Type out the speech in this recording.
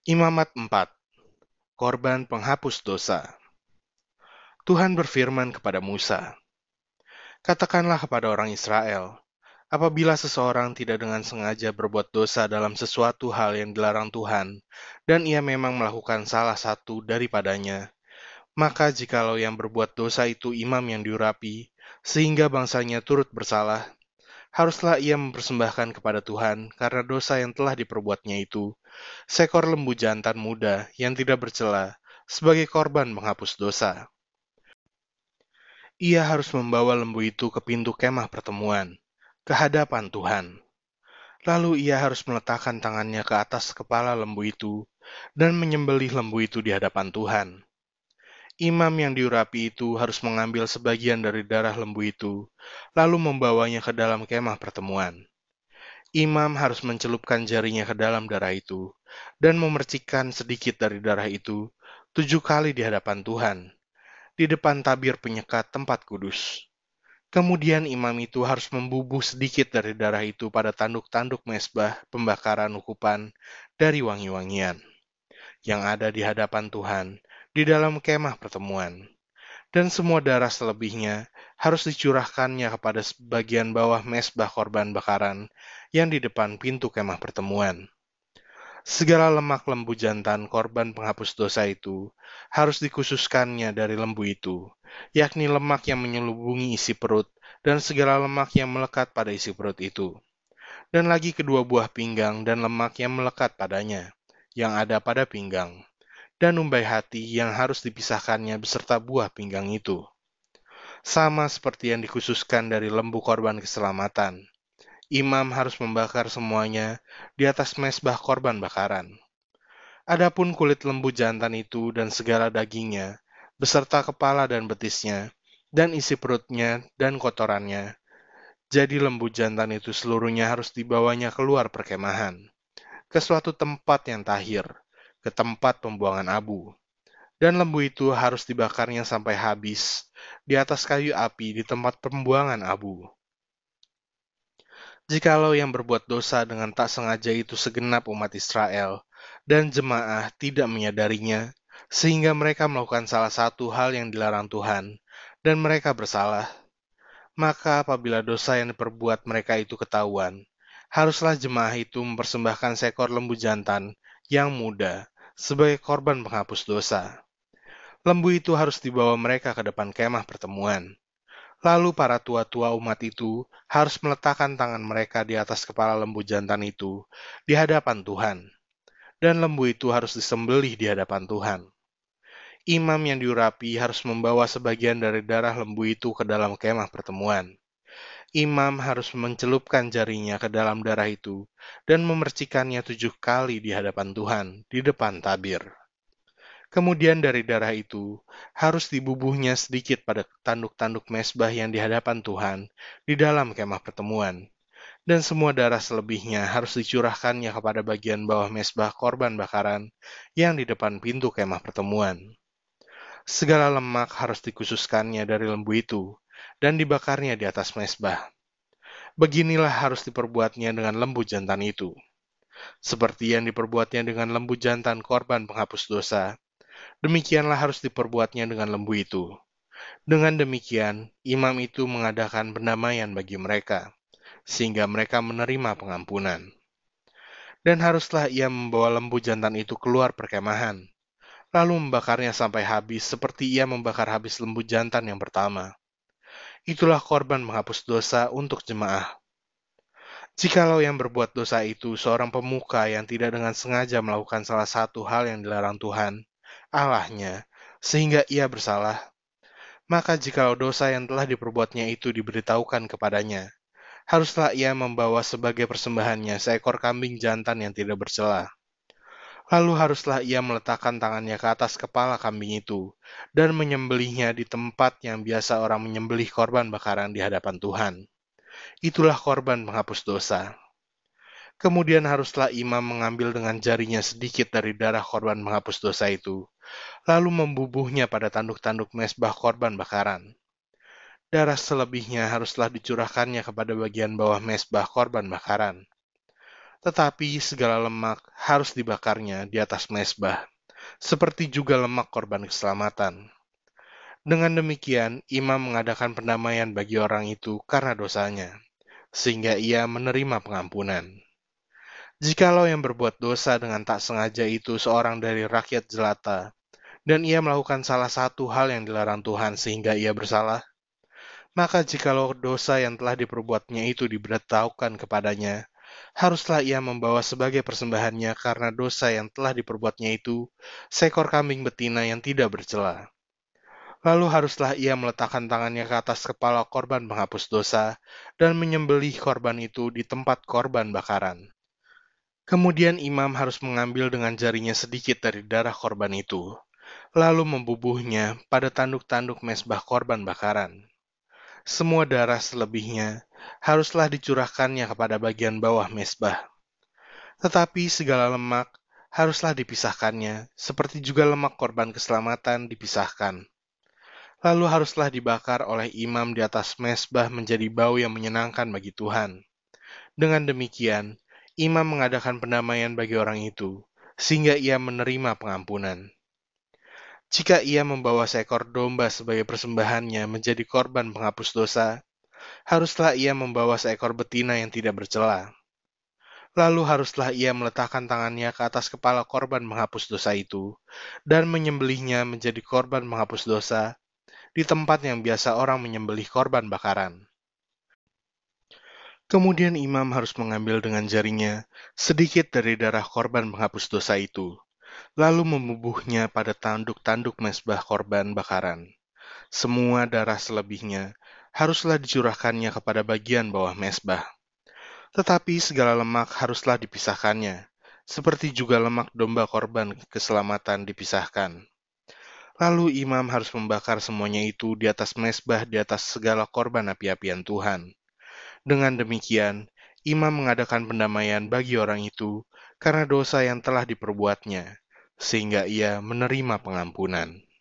Imamat 4. Korban penghapus dosa. Tuhan berfirman kepada Musa, "Katakanlah kepada orang Israel, apabila seseorang tidak dengan sengaja berbuat dosa dalam sesuatu hal yang dilarang Tuhan, dan ia memang melakukan salah satu daripadanya, maka jikalau yang berbuat dosa itu imam yang diurapi, sehingga bangsanya turut bersalah, haruslah ia mempersembahkan kepada Tuhan karena dosa yang telah diperbuatnya itu, seekor lembu jantan muda yang tidak bercela, sebagai korban menghapus dosa. Ia harus membawa lembu itu ke pintu kemah pertemuan, ke hadapan Tuhan. Lalu ia harus meletakkan tangannya ke atas kepala lembu itu dan menyembelih lembu itu di hadapan Tuhan. Imam yang diurapi itu harus mengambil sebagian dari darah lembu itu, lalu membawanya ke dalam kemah pertemuan. Imam harus mencelupkan jarinya ke dalam darah itu dan memercikkan sedikit dari darah itu 7 kali di hadapan Tuhan, di depan tabir penyekat tempat kudus. Kemudian imam itu harus membubuh sedikit dari darah itu pada tanduk-tanduk mezbah pembakaran ukupan dari wangi-wangian yang ada di hadapan Tuhan di dalam kemah pertemuan. Dan semua darah selebihnya harus dicurahkannya kepada bagian bawah mezbah korban bakaran yang di depan pintu kemah pertemuan. Segala lemak lembu jantan korban penghapus dosa itu harus dikhususkannya dari lembu itu, yakni lemak yang menyelubungi isi perut dan segala lemak yang melekat pada isi perut itu, dan lagi kedua buah pinggang dan lemak yang melekat padanya, yang ada pada pinggang, dan umbai hati yang harus dipisahkannya beserta buah pinggang itu, sama seperti yang dikhususkan dari lembu korban keselamatan. Imam harus membakar semuanya di atas mezbah korban bakaran. Adapun kulit lembu jantan itu dan segala dagingnya, beserta kepala dan betisnya, dan isi perutnya dan kotorannya, jadi lembu jantan itu seluruhnya harus dibawanya keluar perkemahan, ke suatu tempat yang tahir, ke tempat pembuangan abu. Dan lembu itu harus dibakarnya sampai habis, di atas kayu api di tempat pembuangan abu. Jikalau yang berbuat dosa dengan tak sengaja itu segenap umat Israel, dan jemaah tidak menyadarinya, sehingga mereka melakukan salah satu hal yang dilarang Tuhan, dan mereka bersalah, maka apabila dosa yang diperbuat mereka itu ketahuan, haruslah jemaah itu mempersembahkan seekor lembu jantan yang muda sebagai korban penghapus dosa. Lembu itu harus dibawa mereka ke depan kemah pertemuan. Lalu para tua-tua umat itu harus meletakkan tangan mereka di atas kepala lembu jantan itu di hadapan Tuhan, dan lembu itu harus disembelih di hadapan Tuhan. Imam yang diurapi harus membawa sebagian dari darah lembu itu ke dalam kemah pertemuan. Imam harus mencelupkan jarinya ke dalam darah itu dan memercikannya 7 kali di hadapan Tuhan, di depan tabir. Kemudian dari darah itu harus dibubuhnya sedikit pada tanduk-tanduk mezbah yang di hadapan Tuhan di dalam kemah pertemuan, dan semua darah selebihnya harus dicurahkannya kepada bagian bawah mezbah korban bakaran yang di depan pintu kemah pertemuan. Segala lemak harus dikhususkannya dari lembu itu dan dibakarnya di atas mezbah. Beginilah harus diperbuatnya dengan lembu jantan itu, seperti yang diperbuatnya dengan lembu jantan korban penghapus dosa. Demikianlah harus diperbuatnya dengan lembu itu. Dengan demikian, imam itu mengadakan pendamaian bagi mereka, sehingga mereka menerima pengampunan. Dan haruslah ia membawa lembu jantan itu keluar perkemahan, lalu membakarnya sampai habis seperti ia membakar habis lembu jantan yang pertama. Itulah korban menghapus dosa untuk jemaah. Jikalau yang berbuat dosa itu seorang pemuka yang tidak dengan sengaja melakukan salah satu hal yang dilarang Tuhan, Allahnya, sehingga ia bersalah, maka jikalau dosa yang telah diperbuatnya itu diberitahukan kepadanya, haruslah ia membawa sebagai persembahannya seekor kambing jantan yang tidak bercela. Lalu haruslah ia meletakkan tangannya ke atas kepala kambing itu, dan menyembelihnya di tempat yang biasa orang menyembelih korban bakaran di hadapan Tuhan. Itulah korban menghapus dosa. Kemudian haruslah imam mengambil dengan jarinya sedikit dari darah korban menghapus dosa itu, lalu membubuhnya pada tanduk-tanduk mezbah korban bakaran. Darah selebihnya haruslah dicurahkannya kepada bagian bawah mezbah korban bakaran. Tetapi segala lemak harus dibakarnya di atas mezbah, seperti juga lemak korban keselamatan. Dengan demikian, imam mengadakan pendamaian bagi orang itu karena dosanya, sehingga ia menerima pengampunan. Jikalau yang berbuat dosa dengan tak sengaja itu seorang dari rakyat jelata, dan ia melakukan salah satu hal yang dilarang Tuhan sehingga ia bersalah, maka jikalau dosa yang telah diperbuatnya itu diberitahukan kepadanya, haruslah ia membawa sebagai persembahannya karena dosa yang telah diperbuatnya itu seekor kambing betina yang tidak bercela. Lalu haruslah ia meletakkan tangannya ke atas kepala korban penghapus dosa dan menyembelih korban itu di tempat korban bakaran. Kemudian imam harus mengambil dengan jarinya sedikit dari darah korban itu, lalu membubuhnya pada tanduk-tanduk mezbah korban bakaran. Semua darah selebihnya haruslah dicurahkannya kepada bagian bawah mezbah. Tetapi segala lemak haruslah dipisahkannya, seperti juga lemak korban keselamatan dipisahkan. Lalu haruslah dibakar oleh imam di atas mezbah menjadi bau yang menyenangkan bagi Tuhan. Dengan demikian, imam mengadakan pendamaian bagi orang itu, sehingga ia menerima pengampunan. Jika ia membawa seekor domba sebagai persembahannya menjadi korban penghapus dosa, haruslah ia membawa seekor betina yang tidak bercela. Lalu haruslah ia meletakkan tangannya ke atas kepala korban menghapus dosa itu, dan menyembelihnya menjadi korban menghapus dosa di tempat yang biasa orang menyembelih korban bakaran. Kemudian imam harus mengambil dengan jarinya sedikit dari darah korban menghapus dosa itu, lalu membubuhnya pada tanduk-tanduk mezbah korban bakaran. Semua darah selebihnya haruslah dicurahkannya kepada bagian bawah mezbah. Tetapi segala lemak haruslah dipisahkannya, seperti juga lemak domba korban keselamatan dipisahkan. Lalu imam harus membakar semuanya itu di atas mezbah di atas segala korban api-apian Tuhan. Dengan demikian, imam mengadakan pendamaian bagi orang itu karena dosa yang telah diperbuatnya, sehingga ia menerima pengampunan.